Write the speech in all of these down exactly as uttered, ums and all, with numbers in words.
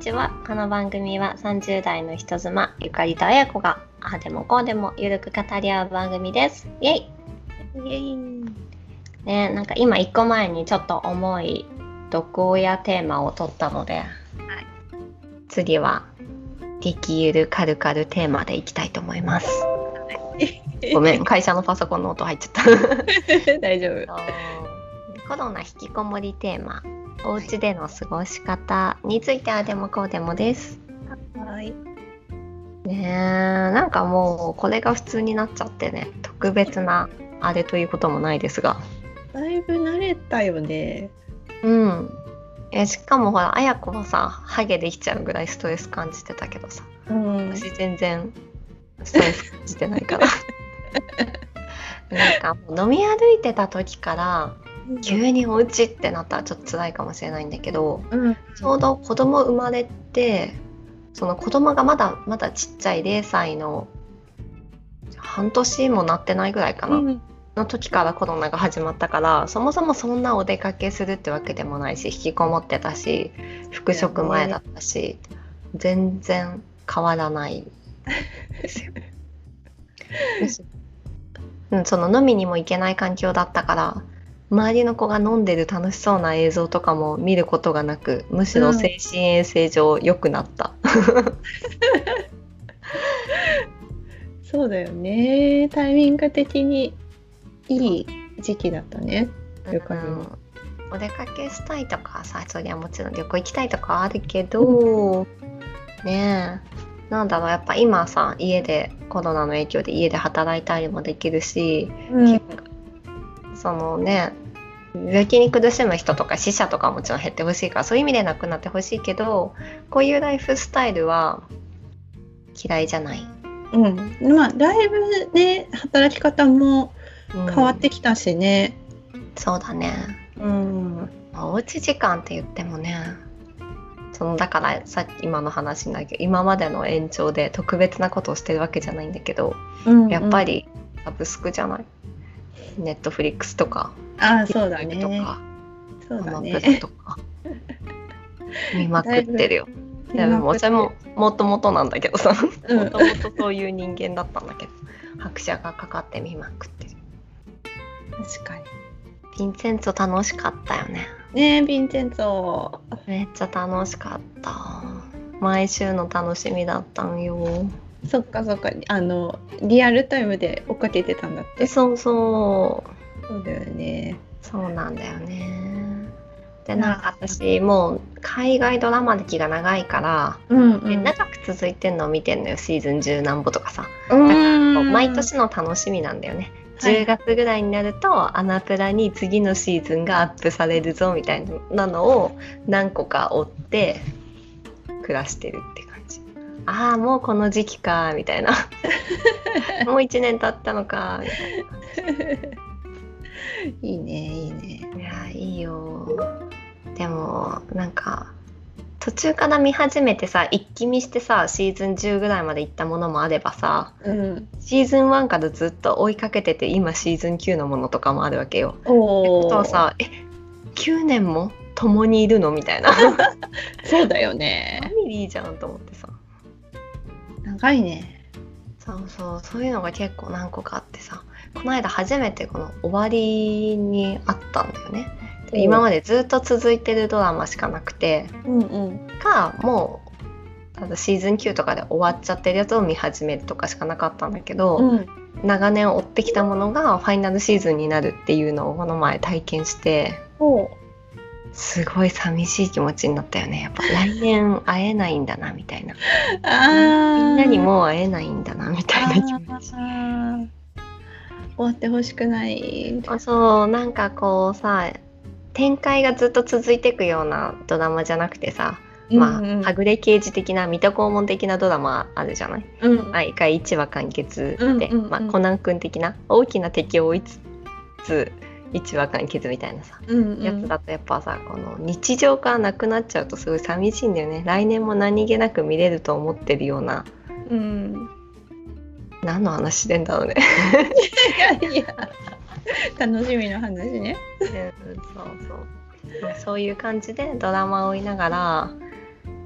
ちは。この番組はさんじゅう代の人妻ゆかりとあやこがああでもこうでもゆるく語り合う番組です。イエイイエイね、なんか今いっこまえにちょっと重い毒親テーマを取ったので、はい、次は激ゆるカルカルテーマでいきたいと思います。ごめん、会社のパソコンの音入っちゃった大丈夫。 コロナ引きこもりテーマ、お家での過ごし方についてあでもこうでもです。 はい。 ねえ、なんかもうこれが普通になっちゃってね、特別なあれということもないですが、 だいぶ慣れたよね。 うん。えしかもほら、あやこはさ、ハゲできちゃうぐらいストレス感じてたけどさ、 うん、 私全然ストレス感じてないからなんかもう飲み歩いてた時から急にお家ってなったらちょっと辛いかもしれないんだけど、うん、ちょうど子供生まれて、その子供がまだまだちっちゃいれいさいの半年もなってないぐらいかな、うん、の時からコロナが始まったから、そもそもそんなお出かけするってわけでもないし、引きこもってたし、復職前だったし、全然変わらないですようん、その飲みにも行けない環境だったから、周りの子が飲んでる楽しそうな映像とかも見ることがなく、むしろ精神衛生上良くなった、うん、 そうだよね。タイミング的にいい時期だったね。 うん、お出かけしたいとかさ、そりゃもちろん旅行行きたいとかあるけど、うん、ねえ、なんだろう、やっぱ今さ、家でコロナの影響で家で働いたりもできるし、うん、そのね、病気に苦しむ人とか死者とかはもちろん減ってほしいから、そういう意味でなくなってほしいけど、こういうライフスタイルは嫌いじゃない。 うん、まあだいぶね、働き方も変わってきたしね、 うん、そうだね、うん、おうち時間って言ってもね、そのだからさっき今の話になるけど、今までの延長で特別なことをしてるわけじゃないんだけど、うんうん、やっぱりサブスクじゃない、ネットフリックスとか、 あ、そうだね、 とか、 そうだね、 アマプラとか見まくってるよ。でもそれももともとなんだけどさ、もともとそういう人間だったんだけど、拍車がかかって見まくってる。 確かに。 ヴィンチェンツォ楽しかったよね。 ねえ、ヴィンチェンツォめっちゃ楽しかった。毎週の楽しみだったんよ。 そっかそっか、あのリアルタイムで追っかけてたんだって。 そうそう。 そうだよね。 そうなんだよね。で、なんか私もう海外ドラマ歴が長いから、うんうん、で長く続いてんのを見てんのよ、シーズンじゅうなんぼとかさ。だから毎年の楽しみなんだよね。じゅうがつぐらいになると、はい、アナプラに次のシーズンがアップされるぞみたいなのを何個か追って暮らしてるって感じ。ああ、もうこの時期かみたいなもういちねん経ったのかみたいないいねいいね。 いやいいよ。でもなんか途中から見始めてさ、一気見してさ、シーズンじゅうぐらいまで行ったものもあればさ、うん、シーズンワンからずっと追いかけてて今シーズンきゅうのものとかもあるわけよ。おー。ってことはさ、えきゅうねんも共にいるのみたいなそうだよね。 ファミリーじゃんと思ってさ。 長いね。 そうそう、そういうのが結構何個かあってさ、この間初めてこの終わりにあったんだよね。今までずっと続いてるドラマしかなくて、うんうん、かもうただシーズンきゅうとかで終わっちゃってるやつを見始めるとかしかなかったんだけど、うん、長年追ってきたものがファイナルシーズンになるっていうのをこの前体験して、すごい寂しい気持ちになったよね。やっぱ来年会えないんだなみたいなあみんなにもう会えないんだなみたいな気持ち。 終わってほしくない。 あ、そう、なんかこうさ、展開がずっと続いていくようなドラマじゃなくてさ、まあ、うんうん、はぐれ刑事的な水戸黄門的なドラマあるじゃない、うん、毎回いちわ完結で、うんうんうん、まあ、コナン君的な大きな敵を追いつついちわ完結みたいなさ、うんうん、やつだとやっぱさ、この日常からなくなっちゃうとすごい寂しいんだよね。来年も何気なく見れると思ってるような、うん、何の話してんだろうねいやいや楽しみの話ね、 うん、そうそう、まあ、そういう感じでドラマを追いながら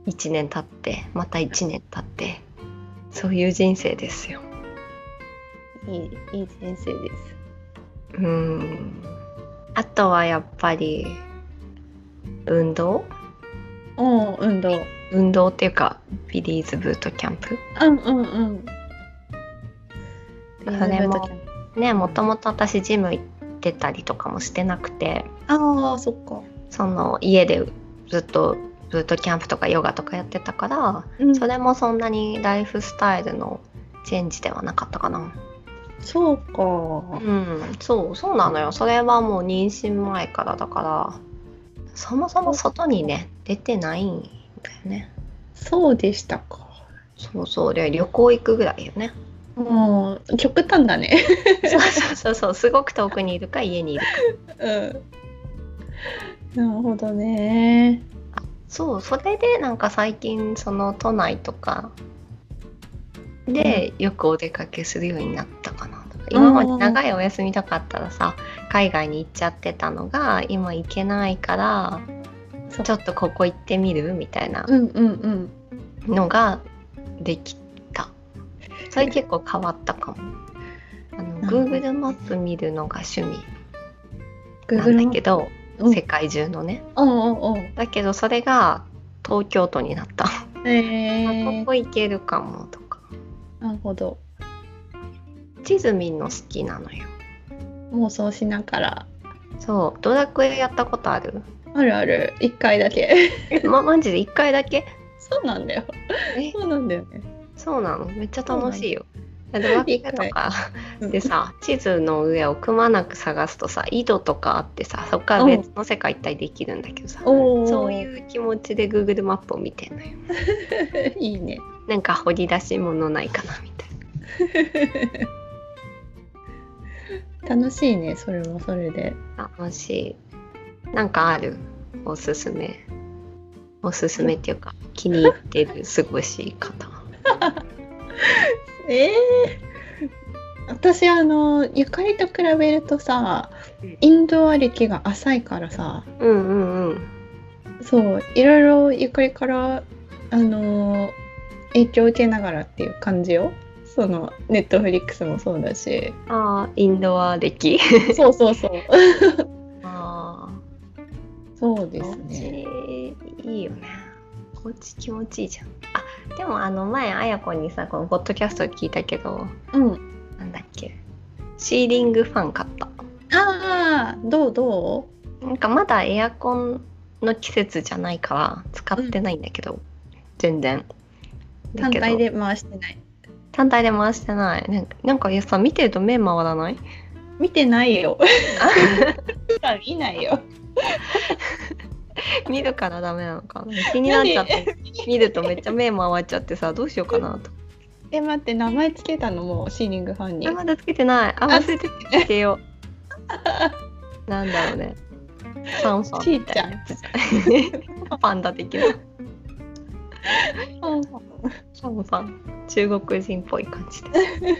いちねん経ってまたいちねん経ってそういう人生ですよ。 いい、いい人生です。 うーん。あとはやっぱり運動？ うん、運動。 運動っていうかビリーズブートキャンプ。 うんうんうん。 それもね、もともと私ジム行ってたりとかもしてなくて、 ああそっか。 その家でずっとブートキャンプとかヨガとかやってたから、うん、それもそんなにライフスタイルのチェンジではなかったかな。 そうか。 うん、そうそうなのよ。それはもう妊娠前からだから、そもそも外にね出てないんだよね。 そうでしたか。 そうそう、で旅行行くぐらいよね。 もう極端だね。 そうそうそうそう、すごく遠くにいるか家にいるか。 うん。なるほどね。 あ、そう、それでなんか最近その都内とかでよくお出かけするようになったかな。うん、今まで長いお休みとかあったらさ、海外に行っちゃってたのが今行けないからちょっとここ行ってみるみたいなのができた。それ結構変わったかも。あの Google マップ見るのが趣味なんだけど、世界中のね、だけどそれが東京都になった。へー、ここ行けるかもとか。 なるほど。 地図見んの好きなのよ。 妄想しながら。 そう、ドラクエやったことある？ あるある、いっかいだけ。 ま、マジでいっかいだけ？ そうなんだよ。そうなんだよね。 そうなの、めっちゃ楽しいよ。ドラクエとかでさ、地図の上をくまなく探すとさ、井戸とかあってさ、そこから別の世界行ったりできるんだけどさ、そういう気持ちで Google マップを見てんのよ。 いいね。 なんか掘り出し物ないかなみたいな。楽しいね、それもそれで。 楽しい。なんかある？おすすめ。おすすめっていうか、気に入ってる過ごし方。 えー、私あのゆかりと比べるとさ、インドア歴が浅いからさ、 うんうんうん、 そういろいろゆかりからあの影響を受けながらっていう感じよ。そのネットフリックスもそうだし。 ああ、インドア歴。 そうそうそう。 ああ、 そうですね。 いいよね。お家気持ちいいじゃん。あ、でもあの前あやこにさ、このポッドキャスト聞いたけど、 うん、 なんだっけ、シーリングファン買った。 ああ、どうどう？なんかまだエアコンの季節じゃないから使ってないんだけど、うん、全然。 単体で回してない。 単体で回してない。なんか、なんかさ、見てると目回らない？ 見てないよ。普段見ないよ。 見るからダメなのかな。気になっちゃって見るとめっちゃ目回っちゃってさ、どうしようかなと。 え、待って、名前つけたのもシーリングファンに。 まだつけてない。あ、忘れてつけよう。なんだろうね。ファンファンみたいなやつじゃん。パンダ的な。ファンファン。ファンファン。中国人っぽい感じで。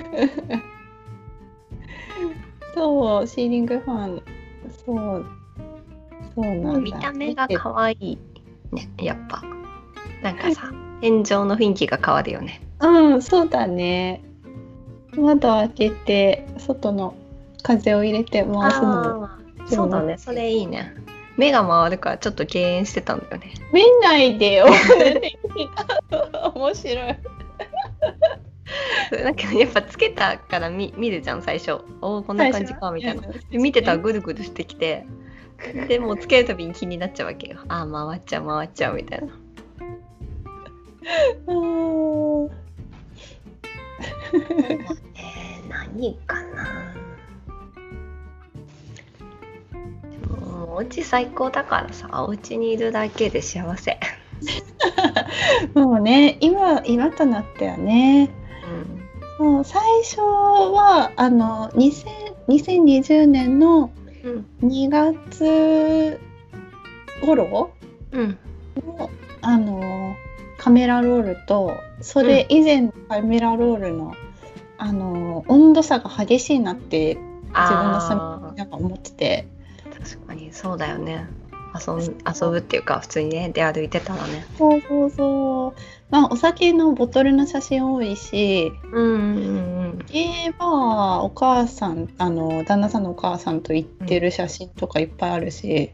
そう、シーリングファン。そう。そうなんだ。 見た目が可愛いね、やっぱ。なんかさ、天井の雰囲気が変わるよね。 うん、そうだね。窓開けて外の風を入れて回すのも。 そうだね、それいいね。目が回るからちょっと敬遠してたんだよね。 見ないでよ。面白い。 なんかやっぱつけたから 見, 見るじゃん最初。おお、こんな感じかみたいな。で見てたらぐるぐるしてきて、でもつけるたびに気になっちゃうわけよ。あー回っちゃう回っちゃうみたいな。 うんえー、何かな。でもお家最高だからさ、お家にいるだけで幸せ。 もうね、今今となってはね、うん、もう最初はあのにせんにじゅうねんのにがつ頃の、あのカメラロールとそれ以前のカメラロールの、うん、あの温度差が激しいなって自分のスマホで思ってて。 確かにそうだよね。 遊ん遊ぶっていうか普通にね出歩いてたらね。 そうそうそう。まあお酒のボトルの写真多いし、 うんうんうん。 えー、まあお母さんあの旦那さんのお母さんと行ってる写真とかいっぱいあるし、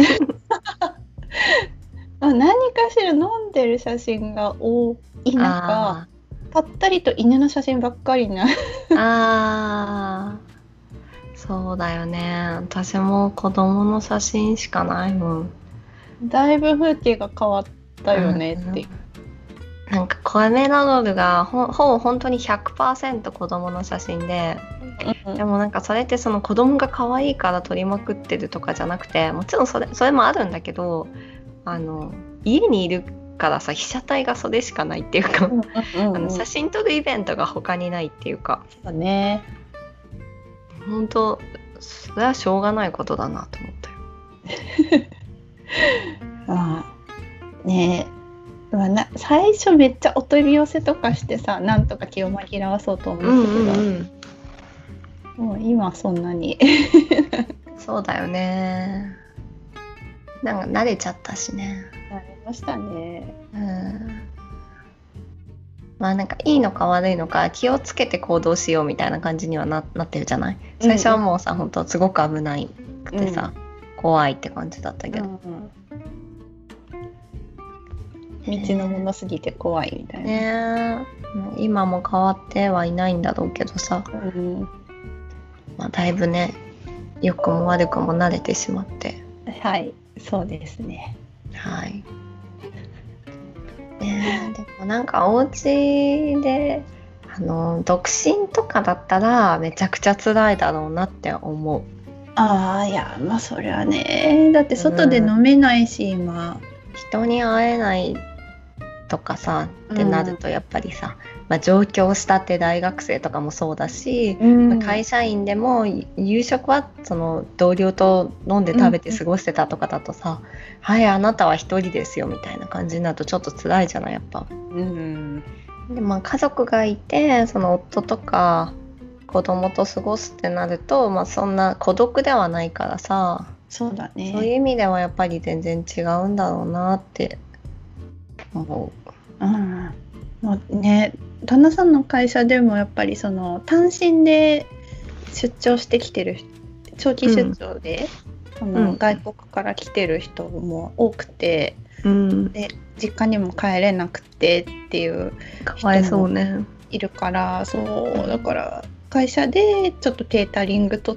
まあ何かしら飲んでる写真が多い中、ぱったりと犬の写真ばっかりな。 あーそうだよね。私も子供の写真しかないもん。 だいぶ風景が変わったよねっていう、 うん、なんかカメラロールがほほぼ本当に ひゃくパーセント 子供の写真で、うん、でもなんかそれってその子供が可愛いから撮りまくってるとかじゃなくて、もちろんそれそれもあるんだけど、あの家にいるからさ被写体がそれしかないっていうか、うんうんうん、あの写真撮るイベントが他にないっていうか。 そうね。 本当それはしょうがないことだなと思ったよ。 まあねえ、まあ、な最初めっちゃお取り寄せとかしてさ、なんとか気を紛らわそうと思ったけど、うんうんうん、もう今はそんなにそうだよね。なんか慣れちゃったしね。 慣れましたね。 うん。まあなんかいいのか悪いのか気をつけて行動しようみたいな感じには な, なってるじゃない。最初はもうさ、うん、本当すごく危ないくてさ、うん、怖いって感じだったけど、うんうん、道のものすぎて怖いみたいな、 ね、今も変わってはいないんだろうけどさ、うんまあ、だいぶね良くも悪くも慣れてしまって。 はいそうですね。 はいね、でもなんかお家であの独身とかだったらめちゃくちゃ辛いだろうなって思う。 ああいやまあそりゃね、だって外で飲めないし、うん、今人に会えないとかさってなるとやっぱりさ、うんまあ、上京したって大学生とかもそうだし、うんまあ、会社員でも夕食はその同僚と飲んで食べて過ごしてたとかだとさ、うん、はいあなたは一人ですよみたいな感じになるとちょっと辛いじゃないやっぱ、うん、でまあ家族がいてその夫とか子供と過ごすってなると、まあ、そんな孤独ではないからさ、 そうだね、 そういう意味ではやっぱり全然違うんだろうなって思う。 うんもうね、旦那さんの会社でもやっぱりその単身で出張してきてる長期出張で、うん、その外国から来てる人も多くて、うん、で実家にも帰れなくてっていう人もいるから、そうだから会社でちょっとケータリング取って、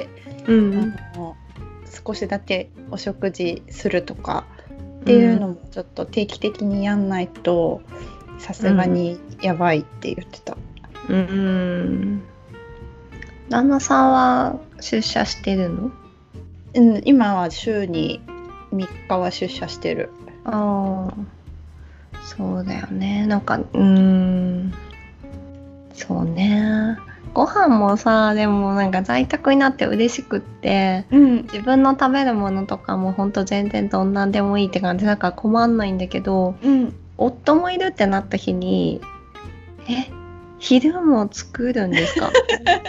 うん、あの少しだけお食事するとかっていうのもちょっと定期的にやんないとさすがにやばいって言ってた。 うん、うん、旦那さんは出社してるの？ うん、今は週にみっかは出社してる。 ああ、そうだよね。なんかうーん、そうね。ご飯もさ、でもなんか在宅になって嬉しくって、うん、自分の食べるものとかもほんと全然どんなんでもいいって感じだから困んないんだけど、うん夫もいるってなった日にえ昼も作るんですか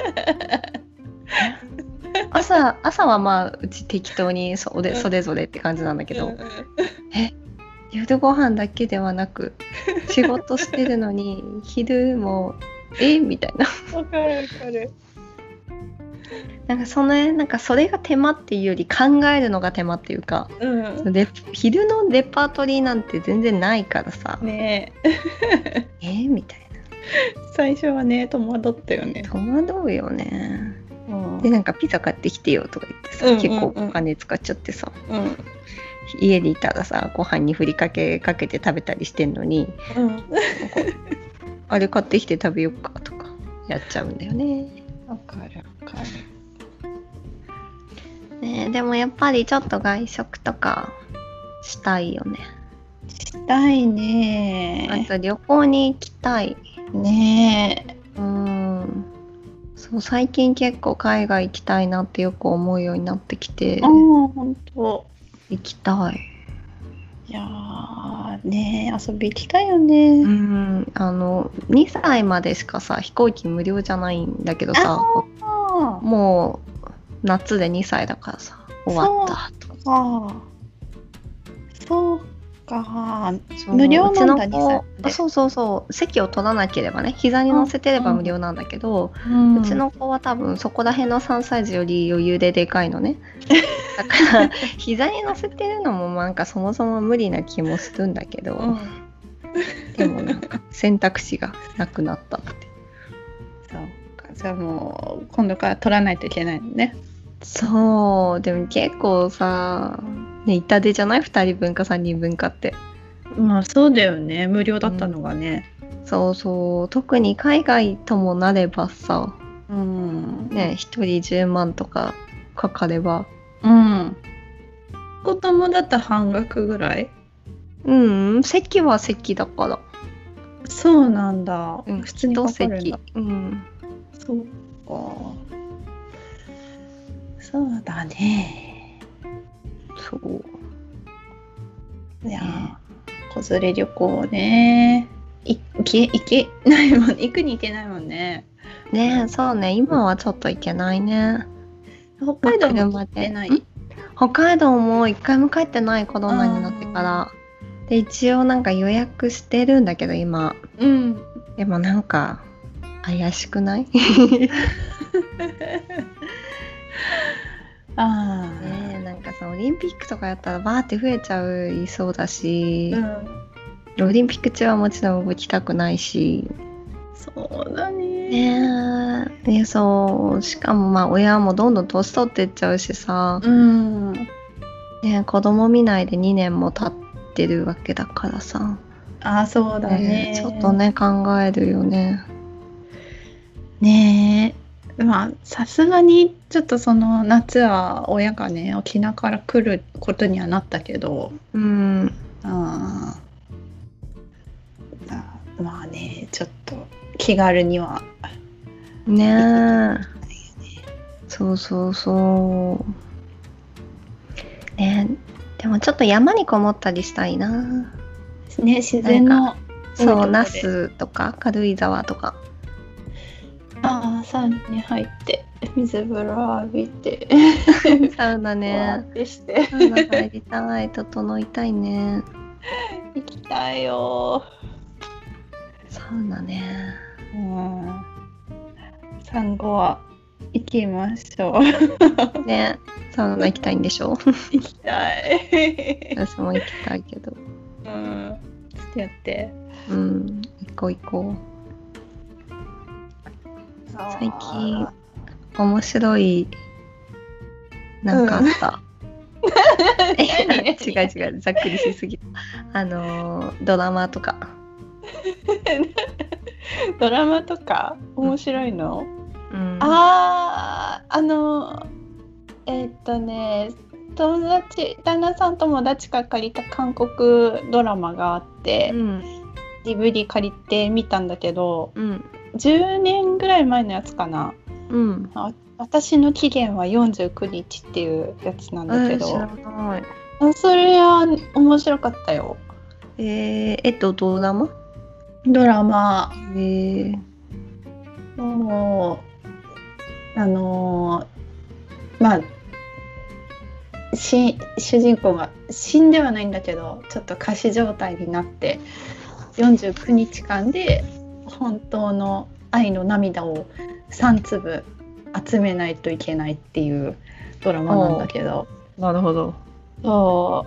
朝, 朝はまあうち適当に そ, れそれぞれって感じなんだけどえ夜ご飯だけではなく仕事してるのに昼もえみたいなわかるわかる。 なんかそのなんかそれが手間っていうより考えるのが手間っていうか、うん、で昼のレパートリーなんて全然ないからさねええみたいな最初はね戸惑ったよね。 戸惑うよね、うん、でなんかピザ買ってきてよとか言ってさ、うんうんうん、結構お金使っちゃってさ、うん、家にいたらさご飯にふりかけかけて食べたりしてんのに、うん、あれ買ってきて食べようかとかやっちゃうんだよね。 わかるわかるね、でもやっぱりちょっと外食とかしたいよね。 したいね。 あと旅行に行きたいね。 うんそう最近結構海外行きたいなってよく思うようになってきて。 ああ本当行きたい。 いやーね遊び行きたいよね。 うんあのにさいまでしかさ飛行機無料じゃないんだけどさもう夏でにさいだからさ終わったとかそうか、無料なんだね。 そうそうそう、席を取らなければね、膝に乗せてれば無料なんだけど、うん、うちの子は多分そこら辺のさんさい児より余裕ででかいのね。だから膝に乗せてるのもなんかそもそも無理な気もするんだけど、うん、でもなんか選択肢がなくなったって。 そうか、じゃあもう今度から取らないといけないのね。 そう、でも結構さ、ね、痛手じゃない？ふたりぶんかさんにんぶんかって。 まあそうだよね、無料だったのがね、 うん、そうそう、特に海外ともなればさ、 うん、 ね、ひとりじゅうまんとかかかれば、 うん、子供だったら半額ぐらい？ うん、席は席だから。 そうなんだ、 うん、 普通にかかるんだ。 うん、 そうか、そうだね。 そういや、ね、子連れ旅行ね、行け行けないもん、行くに行けないもんね。 ねえ、そうね、今はちょっと行けないね。 北海道も行ってない？ 北海道も一回も帰ってない、コロナになってから。で一応なんか予約してるんだけど今、 うん、 でもなんか怪しくない？ あねえ、なんかさ、オリンピックとかやったらバーって増えちゃいそうだし、うん、オリンピック中はもちろん動きたくないし。 そうだね。 ねえ、でそう、しかもまあ親もどんどん年取ってっちゃうしさ、 うん、 ね、子供見ないでにねんも経ってるわけだからさ。 あ、そうだね、 ね、ちょっとね考えるよね。 ねえ、まあさすがにちょっとその夏は親がね沖縄から来ることにはなったけど、 うん、 ああ、まあね、ちょっと気軽にはねえ、そうそうそうね。でもちょっと山にこもったりしたいな。 ね、自然の、 そう、那須とか軽井沢とか。 ああ、サウナに入って水風呂浴びてサウナね、 してサウナ入りたい、整いたいね。 行きたいよ。 サウナね。 うん。産後は行きましょう。 ね、サウナ行きたいんでしょ？ 行きたい。 私も行きたいけど。 うん。ちょっとやって。 うん、行こう行こう。最近面白いなんかあった。うん、違う違う、ざっくりしすぎた。あのドラマとか。 ドラマとか面白いの？うん、ああ、あのえー、っとね、友達、旦那さん友達から借りた韓国ドラマがあって、うん、ディーブイディー 借りて見たんだけど、うん、じゅうねんぐらい前のやつかな、うん、あ、私の期限はよんじゅうくにちっていうやつなんだけど、えー、知らない。それは面白かったよ。 えー、えっとドラマ？ ドラマ。 えー、 もうあのー、まあし主人公が死んではないんだけどちょっと仮死状態になってよんじゅうくにちかんで本当の愛の涙をさんつぶ集めないといけないっていうドラマなんだけど。 なるほど。 そう、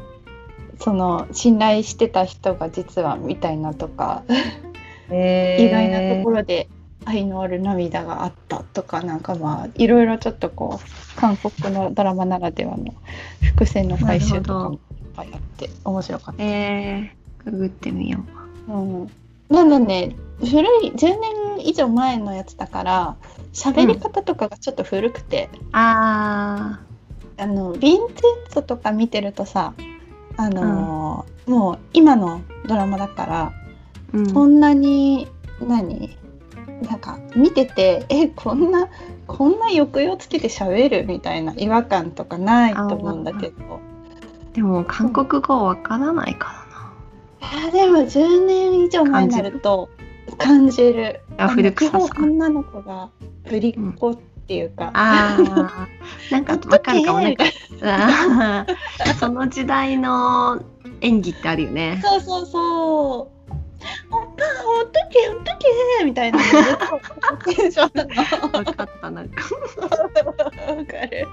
その信頼してた人が実はみたいなとか、えー、意外なところで愛のある涙があったとか、なんかまあいろいろちょっとこう韓国のドラマならではの伏線の回収とかもいっぱいあって面白かった。 えー、ググってみよう。うん。なんだね、古いじゅうねん以上前のやつだから喋り方とかがちょっと古くて、うん、ああのヴィンテージとか見てるとさ、あのーうん、もう今のドラマだから、うん、そんなに何なんか見ててえこんなこんな抑揚つけて喋るみたいな違和感とかないと思うんだけど。 でも韓国語わからないからな。あ、でもじゅうねん以上前になると感じる。 あ、古臭さ。 女の子がぶりっ子っていうか、うん、 あなんかわかるかも。なんかその時代の演技ってあるよね。 そうそうそう。おっぱほっとけほっとけみたいなテンションなの。 分かったなんか。 わかる。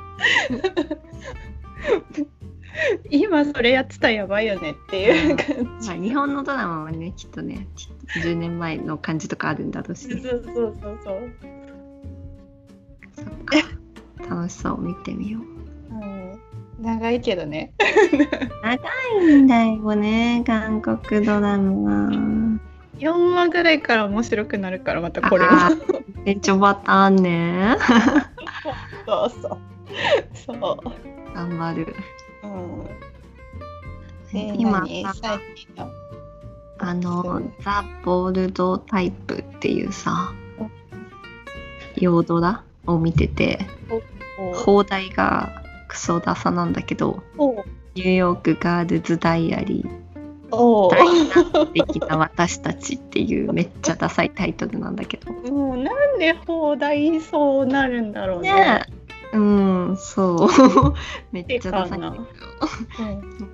今それやってたらやばいよねっていう感じ。 まあ、日本のドラマはねきっとねじゅうねんまえの感じとかあるんだろうし。 そうそうそうそう。 そっか楽しそう見てみよう。 うん、長いけどね。 長いんだよね韓国ドラマ。 よんわぐらいから面白くなるからまたこれも。 めっちゃパターンね。 そうそうそう頑張る。 うん、 今最近のあのザ・ボールドタイプっていうさ洋ドラを見てて、放題がクソダサなんだけど、ニューヨークガールズダイアリー大難的な私たちっていうめっちゃダサいタイトルなんだけど、 もうなんで放題そうなるんだろうね。 ねうんそうめっちゃダサいんだけど、うん、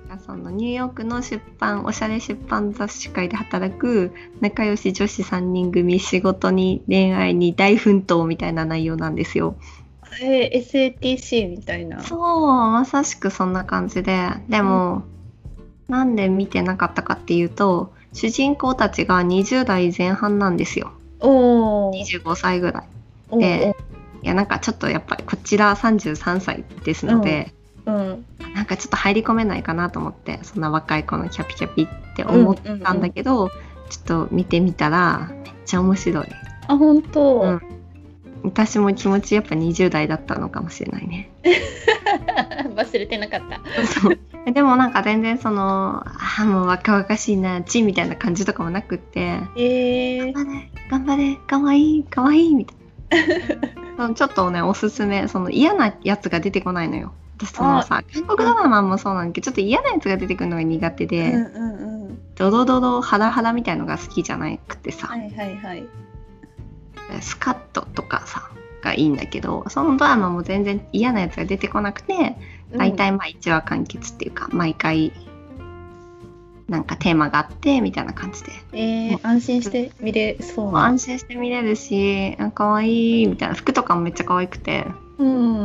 なんかそのニューヨークの出版おしゃれ出版雑誌会で働く仲良し女子さんにん組、仕事に恋愛に大奮闘みたいな内容なんですよ。 えー、エスエーティーシー みたいな。 そうまさしくそんな感じで、でも、うん、なんで見てなかったかっていうと主人公たちがにじゅう代前半なんですよ。 おにじゅうごさいぐらいで、いやなんかちょっとやっぱりこちらさんじゅうさんさいですので、うんうん、なんかちょっと入り込めないかなと思って、そんな若い子のキャピキャピって思ったんだけど、うんうんうん、ちょっと見てみたらめっちゃ面白い。 あ本当、 うん、私も気持ちやっぱにじゅう代だったのかもしれないね。 忘れてなかった。 そうでもなんか全然そのあもう若々しいなチみたいな感じとかもなくって、えー、頑張れ頑張れかわいいかわいいみたいなちょっとねおすすめ、その嫌なやつが出てこないのよ。私そのさ韓国ドラマもそうなんだけどちょっと嫌なやつが出てくるのが苦手で、うんうんうん、ドロドロハラハラみたいのが好きじゃなくてさ、はいはいはい、スカッととかさがいいんだけど、そのドラマも全然嫌なやつが出てこなくて、だいたいまあいちわ完結っていうか、うん、毎回なんかテーマがあってみたいな感じで、 えー、安心して見れそうな。 安心して見れるし、かわいいみたいな、服とかもめっちゃ可愛くて、 うん、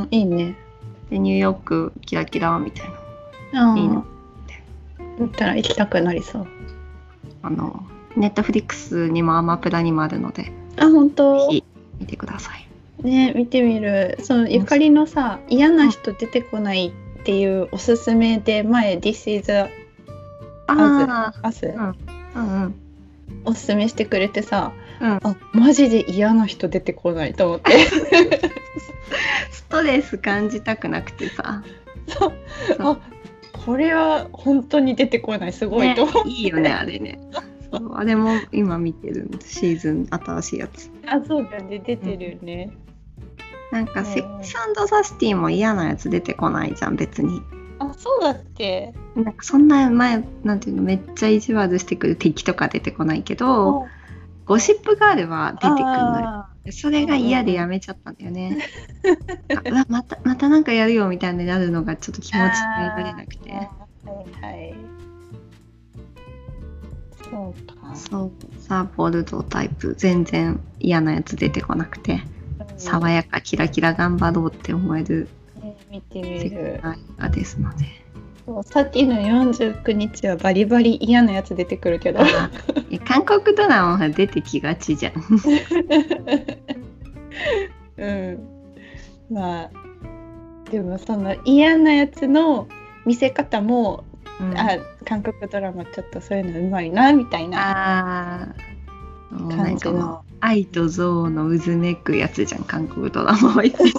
いいね。 でニューヨークキラキラみたいな、いいなって言ったら行きたくなりそう。 あのネットフリックスにもアマプラにもあるので、 あ本当ぜひ見てくださいね。見てみる。そのゆかりのさ、嫌な人出てこないっていうおすすめで前 This is Us、うんうんうん、おすすめしてくれてさ、うん、あマジで嫌な人出てこないと思ってストレス感じたくなくてさ、 そうそう、あこれは本当に出てこない、すごいと思って、 ね、いいよねあれねそうあれも今見てるシーズン新しいやつ。 あそうだね、出てるよね、 うん、なんかセックス&ザシティも嫌なやつ出てこないじゃん別に。 あそうだっけ。 なんかそんな前なんていうのめっちゃ意地悪してくる敵とか出てこないけど、ゴシップガールは出てくるのよ。それが嫌でやめちゃったんだよね。うわまたまたなんかやるよみたいになるのがちょっと気持ちがれなくて。はいはい。そうか。そうザ・ボルドタイプ全然嫌なやつ出てこなくて、うん、爽やかキラキラ頑張ろうって思える。 見てみるですので、 そうさっきのよんじゅうくにちはバリバリ嫌なやつ出てくるけど韓国ドラマは出てきがちじゃんうんまあでもその嫌なやつの見せ方も、うん、あ韓国ドラマちょっとそういうのうまいなみたいな感じの愛と憎悪の渦めくやつじゃん韓国ドラマはいつも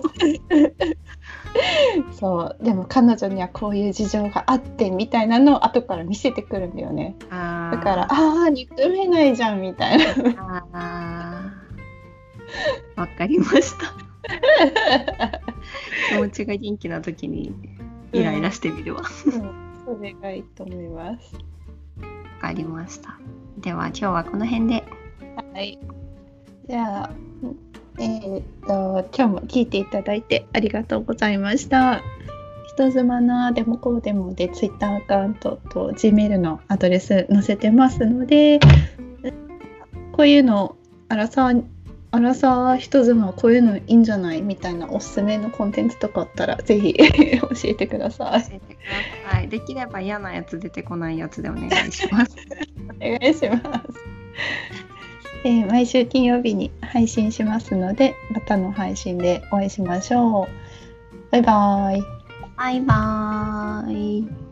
そうでも彼女にはこういう事情があってみたいなのを後から見せてくるんだよね。あだからああ憎めないじゃんみたいな。 あわかりました気持ちが元気な時にイライラしてみるわ、 うんうん、それがいいと思います。 わかりました。では今日はこの辺で。 はいじゃあえー、っと今日も聞いていただいてありがとうございました。一人妻のでもこうでもでツイッターアカウントと Gmail のアドレス載せてますので、こういうのアラサーアラサー人妻こういうのいいんじゃないみたいなおすすめのコンテンツとかあったらぜひ教えてください。 教えてください。できれば嫌なやつ出てこないやつでお願いします。 お願いします。えー、毎週金曜日に配信しますので、またの配信でお会いしましょう。バイバイ。 バイバーイ。